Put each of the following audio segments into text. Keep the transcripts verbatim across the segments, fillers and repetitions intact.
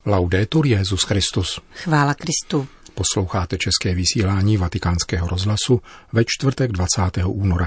Laudetur Jesus Christus. Chvála Kristu. Posloucháte české vysílání Vatikánského rozhlasu ve čtvrtek dvacátého února.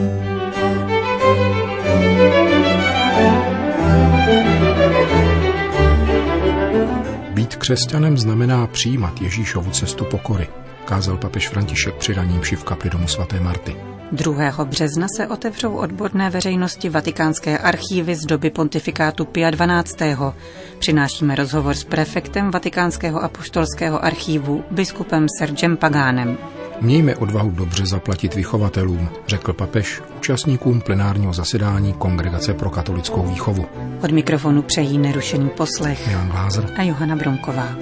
Být křesťanem znamená přijímat Ježíšovu cestu pokory, kázal papež František při raní mši v kapli domu svaté Marty. druhého března se otevřou odborné veřejnosti vatikánské archívy z doby pontifikátu Pia dvanáctého. Přinášíme rozhovor s prefektem Vatikánského apoštolského archívu, biskupem Sergem Pagánem. Mějme odvahu dobře zaplatit vychovatelům, řekl papež účastníkům plenárního zasedání Kongregace pro katolickou výchovu. Od mikrofonu přejí nerušený poslech Milan Glázer a Johana Bronková.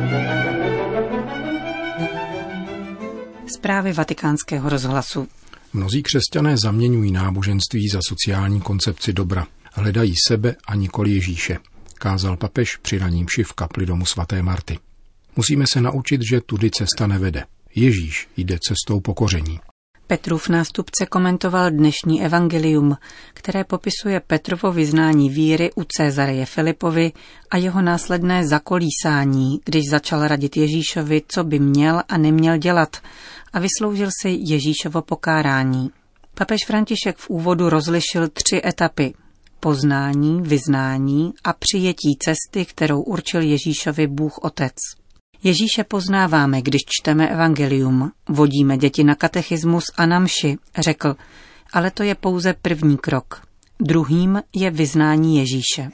Zprávy Vatikánského rozhlasu. Mnozí křesťané zaměňují náboženství za sociální koncepci dobra. Hledají sebe a nikoli Ježíše, kázal papež při raní mši v kapli domu svaté Marty. Musíme se naučit, že tudy cesta nevede. Ježíš jde cestou pokoření. Petrův nástupce komentoval dnešní evangelium, které popisuje Petrovo vyznání víry u Cezareje Filipovi a jeho následné zakolísání, když začal radit Ježíšovi, co by měl a neměl dělat, a vysloužil si Ježíšovo pokárání. Papež František v úvodu rozlišil tři etapy: poznání, vyznání a přijetí cesty, kterou určil Ježíšovi Bůh Otec. Ježíše poznáváme, když čteme evangelium, vodíme děti na katechismus a na mši, řekl, ale to je pouze první krok. Druhým je vyznání Ježíše.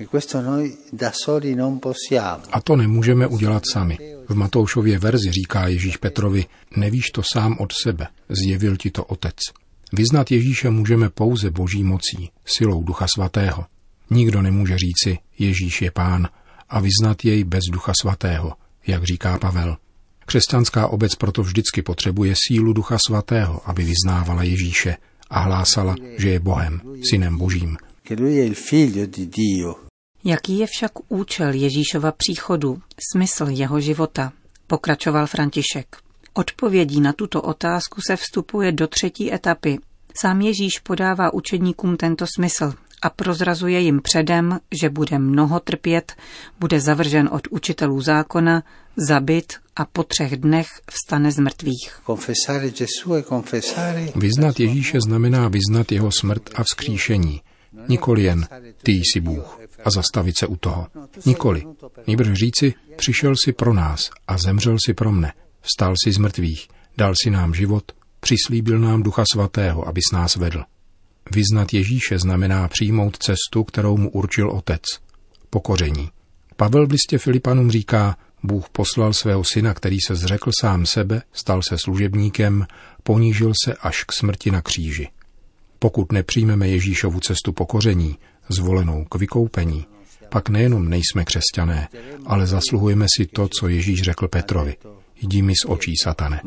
A to nemůžeme udělat sami. V Matoušově verzi říká Ježíš Petrovi, nevíš to sám od sebe, zjevil ti to Otec. Vyznat Ježíše můžeme pouze boží mocí, silou Ducha Svatého. Nikdo nemůže říci, Ježíš je Pán, a vyznat jej bez Ducha Svatého, jak říká Pavel. Křesťanská obec proto vždycky potřebuje sílu Ducha Svatého, aby vyznávala Ježíše a hlásala, že je Bohem, Synem Božím. Jaký je však účel Ježíšova příchodu, smysl jeho života? Pokračoval František. Odpovědí na tuto otázku se vstupuje do třetí etapy. Sám Ježíš podává učedníkům tento smysl a prozrazuje jim předem, že bude mnoho trpět, bude zavržen od učitelů zákona, zabit a po třech dnech vstane z mrtvých. Vyznat Ježíše znamená vyznat jeho smrt a vzkříšení. Nikoli jen ty jsi Bůh a zastavit se u toho. Nikoli. Nýbrž říci, přišel si pro nás a zemřel si pro mne. Vstal si z mrtvých, dal si nám život, přislíbil nám Ducha Svatého, aby s nás vedl. Vyznat Ježíše znamená přijmout cestu, kterou mu určil Otec. Pokoření. Pavel v listě Filipanům říká, Bůh poslal svého syna, který se zřekl sám sebe, stal se služebníkem, ponížil se až k smrti na kříži. Pokud nepřijmeme Ježíšovu cestu pokoření, zvolenou k vykoupení, pak nejenom nejsme křesťané, ale zasluhujeme si to, co Ježíš řekl Petrovi. Jdi mi z očí, satane.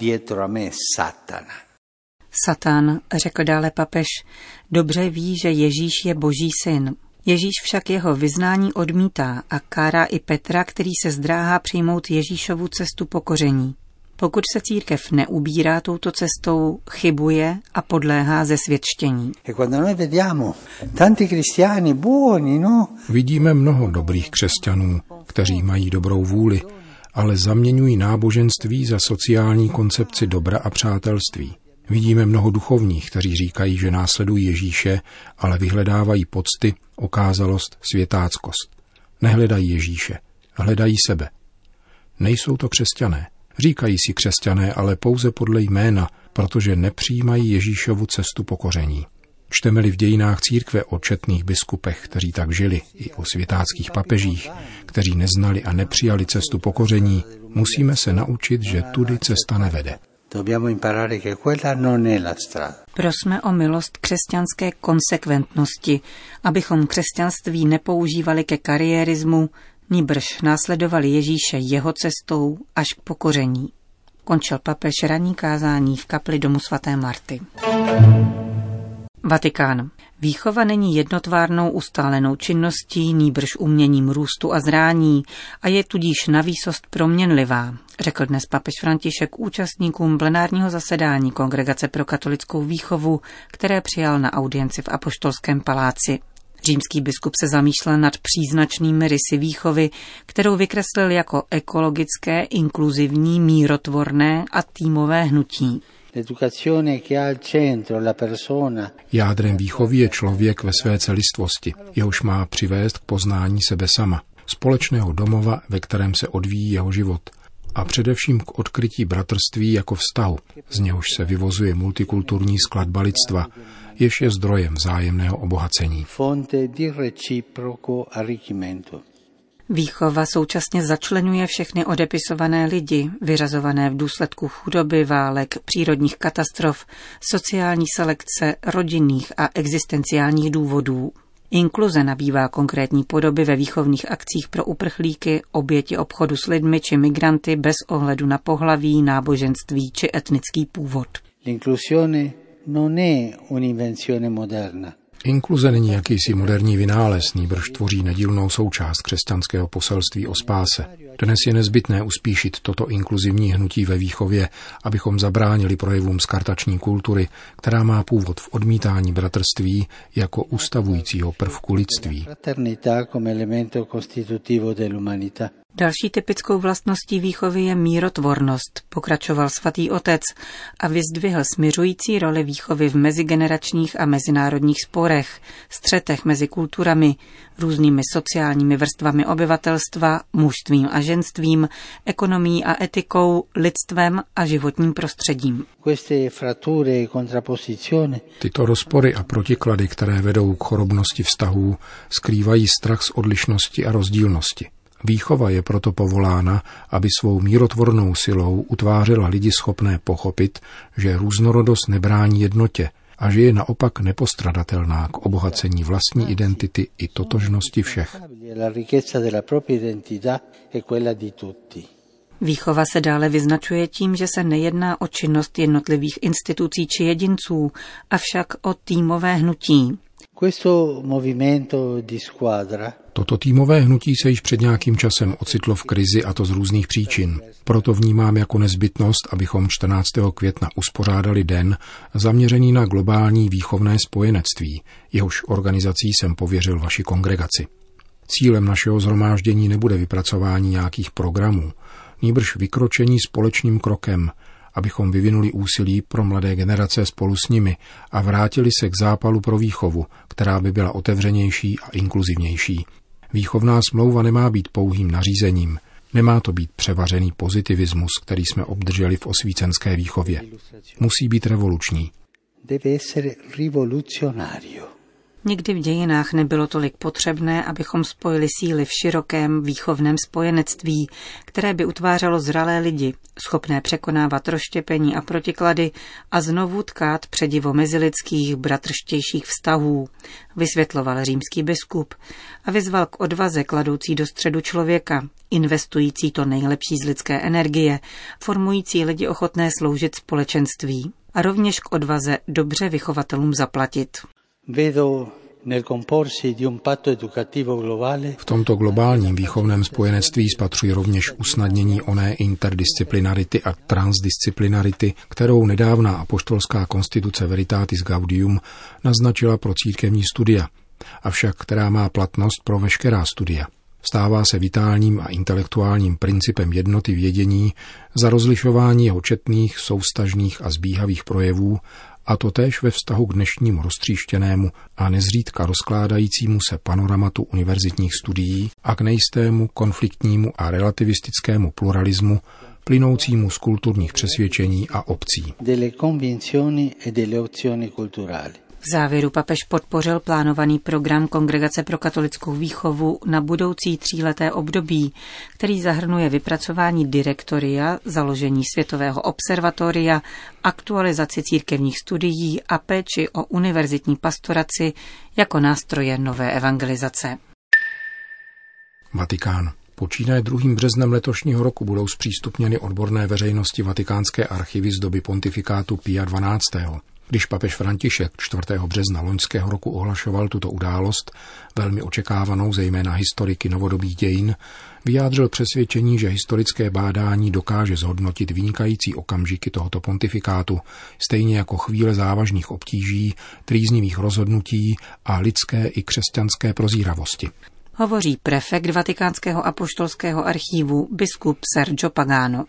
Satan, řekl dále papež, dobře ví, že Ježíš je Boží syn. Ježíš však jeho vyznání odmítá a kárá i Petra, který se zdráhá přijmout Ježíšovu cestu pokoření. Pokud se církev neubírá touto cestou, chybuje a podléhá zesvědčení. Vidíme mnoho dobrých křesťanů, kteří mají dobrou vůli, ale zaměňují náboženství za sociální koncepci dobra a přátelství. Vidíme mnoho duchovních, kteří říkají, že následují Ježíše, ale vyhledávají pocty, okázalost, světáckost. Nehledají Ježíše, hledají sebe. Nejsou to křesťané. Říkají si křesťané, ale pouze podle jména, protože nepřijímají Ježíšovu cestu pokoření. Čteme-li v dějinách církve o četných biskupech, kteří tak žili, i o světáckých papežích, kteří neznali a nepřijali cestu pokoření, musíme se naučit, že tudy cesta nevede. Prosme o milost křesťanské konsekventnosti, abychom křesťanství nepoužívali ke kariérismu, nýbrž následovali Ježíše jeho cestou až k pokoření. Končil papež ranní kázání v kapli domu svaté Marty. Vatikán. Výchova není jednotvárnou ustálenou činností, nýbrž uměním růstu a zrání a je tudíž navýsost proměnlivá, řekl dnes papež František účastníkům plenárního zasedání Kongregace pro katolickou výchovu, které přijal na audienci v Apoštolském paláci. Římský biskup se zamýšlel nad příznačnými rysy výchovy, kterou vykreslil jako ekologické, inkluzivní, mírotvorné a týmové hnutí. Jádrem výchovy je člověk ve své celistvosti, jehož má přivést k poznání sebe sama, společného domova, ve kterém se odvíjí jeho život, a především k odkrytí bratrství jako vztahu, z něhož se vyvozuje multikulturní skladba lidstva, jež je zdrojem vzájemného obohacení. Výchova současně začleňuje všechny odepisované lidi, vyřazované v důsledku chudoby, válek, přírodních katastrof, sociální selekce, rodinných a existenciálních důvodů. Inkluze nabývá konkrétní podoby ve výchovných akcích pro uprchlíky, oběti obchodu s lidmi či migranty bez ohledu na pohlaví, náboženství či etnický původ. Inkluze není jakýsi moderní vynález, nýbrž tvoří nedílnou součást křesťanského poselství o spáse. Dnes je nezbytné uspíšit toto inkluzivní hnutí ve výchově, abychom zabránili projevům skartační kultury, která má původ v odmítání bratrství jako ustavujícího prvku lidství. Další typickou vlastností výchovy je mírotvornost, pokračoval svatý otec a vyzdvihl smiřující roli výchovy v mezigeneračních a mezinárodních sporech, střetech mezi kulturami, různými sociálními vrstvami obyvatelstva, mužstvím a ženstvím, ekonomií a etikou, lidstvem a životním prostředím. Tyto rozpory a protiklady, které vedou k chorobnosti vztahů, skrývají strach z odlišnosti a rozdílnosti. Výchova je proto povolána, aby svou mírotvornou silou utvářela lidi schopné pochopit, že různorodost nebrání jednotě a že je naopak nepostradatelná k obohacení vlastní identity i totožnosti všech. Výchova se dále vyznačuje tím, že se nejedná o činnost jednotlivých institucí či jedinců, avšak o týmové hnutí. Toto týmové hnutí se již před nějakým časem ocitlo v krizi, a to z různých příčin. Proto vnímám jako nezbytnost, abychom čtrnáctého května uspořádali den zaměřený na globální výchovné spojenectví, jehož organizací jsem pověřil vaši kongregaci. Cílem našeho shromáždění nebude vypracování nějakých programů, nýbrž vykročení společným krokem, abychom vyvinuli úsilí pro mladé generace spolu s nimi a vrátili se k zápalu pro výchovu, která by byla otevřenější a inkluzivnější. Výchovná smlouva nemá být pouhým nařízením, nemá to být převařený pozitivismus, který jsme obdrželi v osvícenské výchově. Musí být revoluční. Nikdy v dějinách nebylo tolik potřebné, abychom spojili síly v širokém výchovném spojenectví, které by utvářelo zralé lidi, schopné překonávat rozštěpení a protiklady a znovu tkát předivo mezilidských bratrštějších vztahů, vysvětloval římský biskup a vyzval k odvaze kladoucí do středu člověka, investující to nejlepší z lidské energie, formující lidi ochotné sloužit společenství a rovněž k odvaze dobře vychovatelům zaplatit. V tomto globálním výchovném spojenectví spatřuji rovněž usnadnění oné interdisciplinarity a transdisciplinarity, kterou nedávná apoštolská konstituce Veritatis Gaudium naznačila pro církevní studia, avšak která má platnost pro veškerá studia. Stává se vitálním a intelektuálním principem jednoty vědění za rozlišování jeho četných, soustažných a zbíhavých projevů, a to též ve vztahu k dnešnímu roztříštěnému a nezřídka rozkládajícímu se panoramatu univerzitních studií a k nejistému, konfliktnímu a relativistickému pluralismu, plynoucímu z kulturních přesvědčení a opcí. V závěru papež podpořil plánovaný program Kongregace pro katolickou výchovu na budoucí tříleté období, který zahrnuje vypracování direktoria, založení světového observatoria, aktualizaci církevních studií a péči o univerzitní pastoraci jako nástroje nové evangelizace. Vatikán. Počínaje druhým březnem letošního roku budou zpřístupněny odborné veřejnosti vatikánské archivy z doby pontifikátu Pia dvanáctého Když papež František čtvrtého března loňského roku ohlašoval tuto událost, velmi očekávanou zejména historiky novodobých dějin, vyjádřil přesvědčení, že historické bádání dokáže zhodnotit vynikající okamžiky tohoto pontifikátu, stejně jako chvíle závažných obtíží, trýznivých rozhodnutí a lidské i křesťanské prozíravosti. Hovoří prefekt Vatikánského apoštolského archívu biskup Sergio Pagano.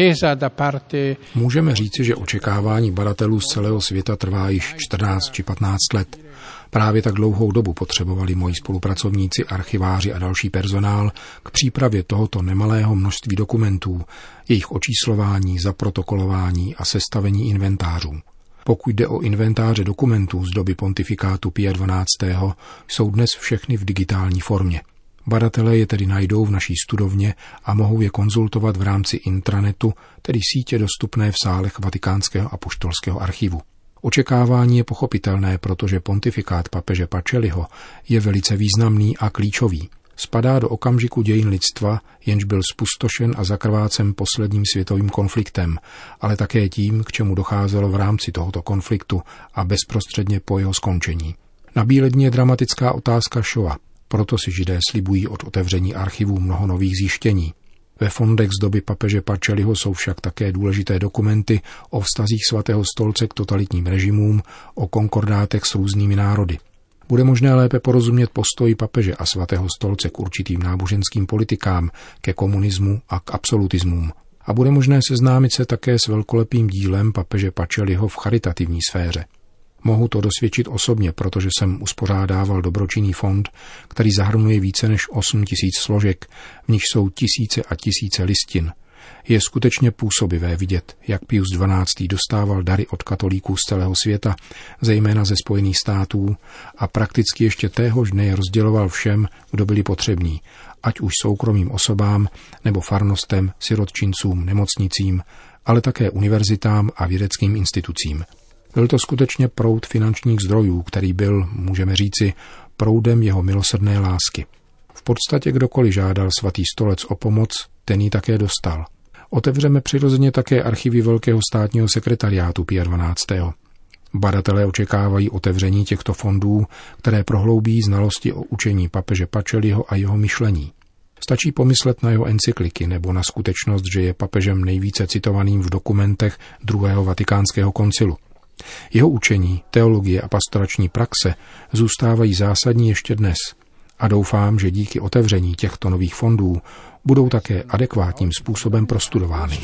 Můžeme říci, že očekávání badatelů z celého světa trvá již čtrnáct či patnáct let. Právě tak dlouhou dobu potřebovali moji spolupracovníci, archiváři a další personál k přípravě tohoto nemalého množství dokumentů, jejich očíslování, zaprotokolování a sestavení inventářů. Pokud jde o inventáře dokumentů z doby pontifikátu Pia dvanáctého., jsou dnes všechny v digitální formě. Badatelé je tedy najdou v naší studovně a mohou je konzultovat v rámci intranetu, tedy sítě dostupné v sálech Vatikánského apoštolského archivu. Očekávání je pochopitelné, protože pontifikát papeže Pacelliho je velice významný a klíčový. Spadá do okamžiku dějin lidstva, jenž byl zpustošen a zakrvácen posledním světovým konfliktem, ale také tím, k čemu docházelo v rámci tohoto konfliktu a bezprostředně po jeho skončení. Na bíledni je dramatická otázka Shoah, proto si Židé slibují od otevření archivů mnoho nových zjištění. Ve fondech z doby papeže Pacelliho jsou však také důležité dokumenty o vztazích svatého stolce k totalitním režimům, o konkordátech s různými národy. Bude možné lépe porozumět postoji papeže a svatého stolce k určitým náboženským politikám, ke komunismu a k absolutismům. A bude možné seznámit se také s velkolepým dílem papeže Pacelliho v charitativní sféře. Mohu to dosvědčit osobně, protože jsem uspořádával dobročinný fond, který zahrnuje více než osm tisíc složek, v nich jsou tisíce a tisíce listin. Je skutečně působivé vidět, jak Pius dvanáctý. Dostával dary od katolíků z celého světa, zejména ze Spojených států, a prakticky ještě téhož dne je rozděloval všem, kdo byli potřební, ať už soukromým osobám nebo farnostem, sirotčincům, nemocnicím, ale také univerzitám a vědeckým institucím. Byl to skutečně proud finančních zdrojů, který byl, můžeme říci, proudem jeho milosrdné lásky. V podstatě kdokoliv žádal svatý stolec o pomoc, ten ji také dostal. Otevřeme přirozeně také archivy Velkého státního sekretariátu Pia dvanáctého. Badatelé očekávají otevření těchto fondů, které prohloubí znalosti o učení papeže Pacelliho a jeho myšlení. Stačí pomyslet na jeho encykliky nebo na skutečnost, že je papežem nejvíce citovaným v dokumentech druhého vatikánského koncilu. Jeho učení, teologie a pastorační praxe zůstávají zásadní ještě dnes a doufám, že díky otevření těchto nových fondů budou také adekvátním způsobem prostudovány.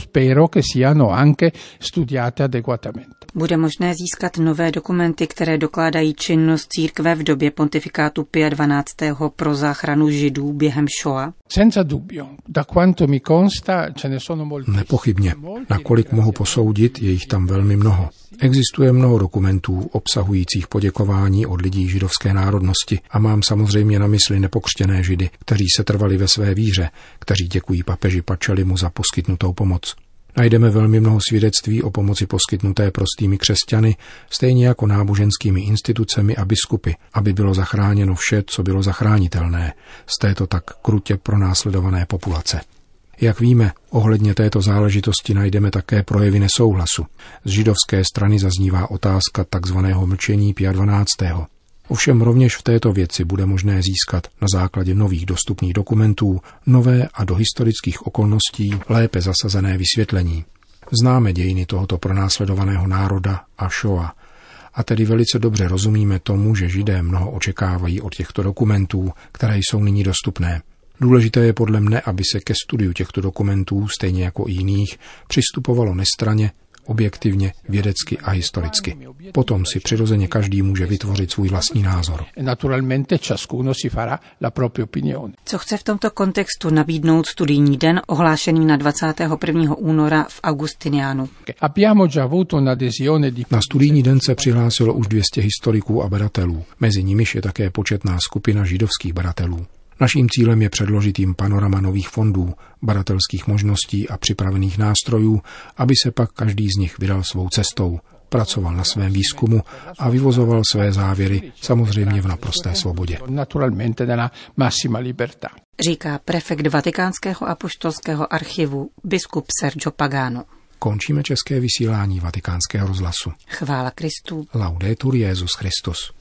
Bude možné získat nové dokumenty, které dokládají činnost církve v době pontifikátu Pia dvanáctého. pro záchranu Židů během Shoah? Nepochybně. Nakolik mohu posoudit, je jich tam velmi mnoho. Existuje mnoho dokumentů obsahujících poděkování od lidí židovské národnosti a mám samozřejmě na mysli nepokřtěné Židy, kteří se trvali ve své víře, kteří děkují papeži Pacellimu za poskytnutou pomoc. Najdeme velmi mnoho svědectví o pomoci poskytnuté prostými křesťany, stejně jako náboženskými institucemi a biskupy, aby bylo zachráněno vše, co bylo zachránitelné z této tak krutě pronásledované populace. Jak víme, ohledně této záležitosti najdeme také projevy nesouhlasu. Z židovské strany zaznívá otázka takzvaného mlčení Pia dvanáctého. Ovšem rovněž v této věci bude možné získat na základě nových dostupných dokumentů nové a do historických okolností lépe zasazené vysvětlení. Známe dějiny tohoto pronásledovaného národa a Shoah, a tedy velice dobře rozumíme tomu, že Židé mnoho očekávají od těchto dokumentů, které jsou nyní dostupné. Důležité je podle mne, aby se ke studiu těchto dokumentů, stejně jako i jiných, přistupovalo nestranně, objektivně, vědecky a historicky. Potom si přirozeně každý může vytvořit svůj vlastní názor. Co chce v tomto kontextu nabídnout studijní den ohlášený na dvacátého prvního února v Augustinianu? Na studijní den se přihlásilo už dvě stě historiků a badatelů. Mezi nimiž je také početná skupina židovských badatelů. Naším cílem je předložit jim panorama nových fondů, badatelských možností a připravených nástrojů, aby se pak každý z nich vydal svou cestou, pracoval na svém výzkumu a vyvozoval své závěry, samozřejmě v naprosté svobodě. Říká prefekt Vatikánského apoštolského archivu biskup Sergio Pagano. Končíme české vysílání Vatikánského rozhlasu. Chvála Kristu. Laudetur Jesus Christus.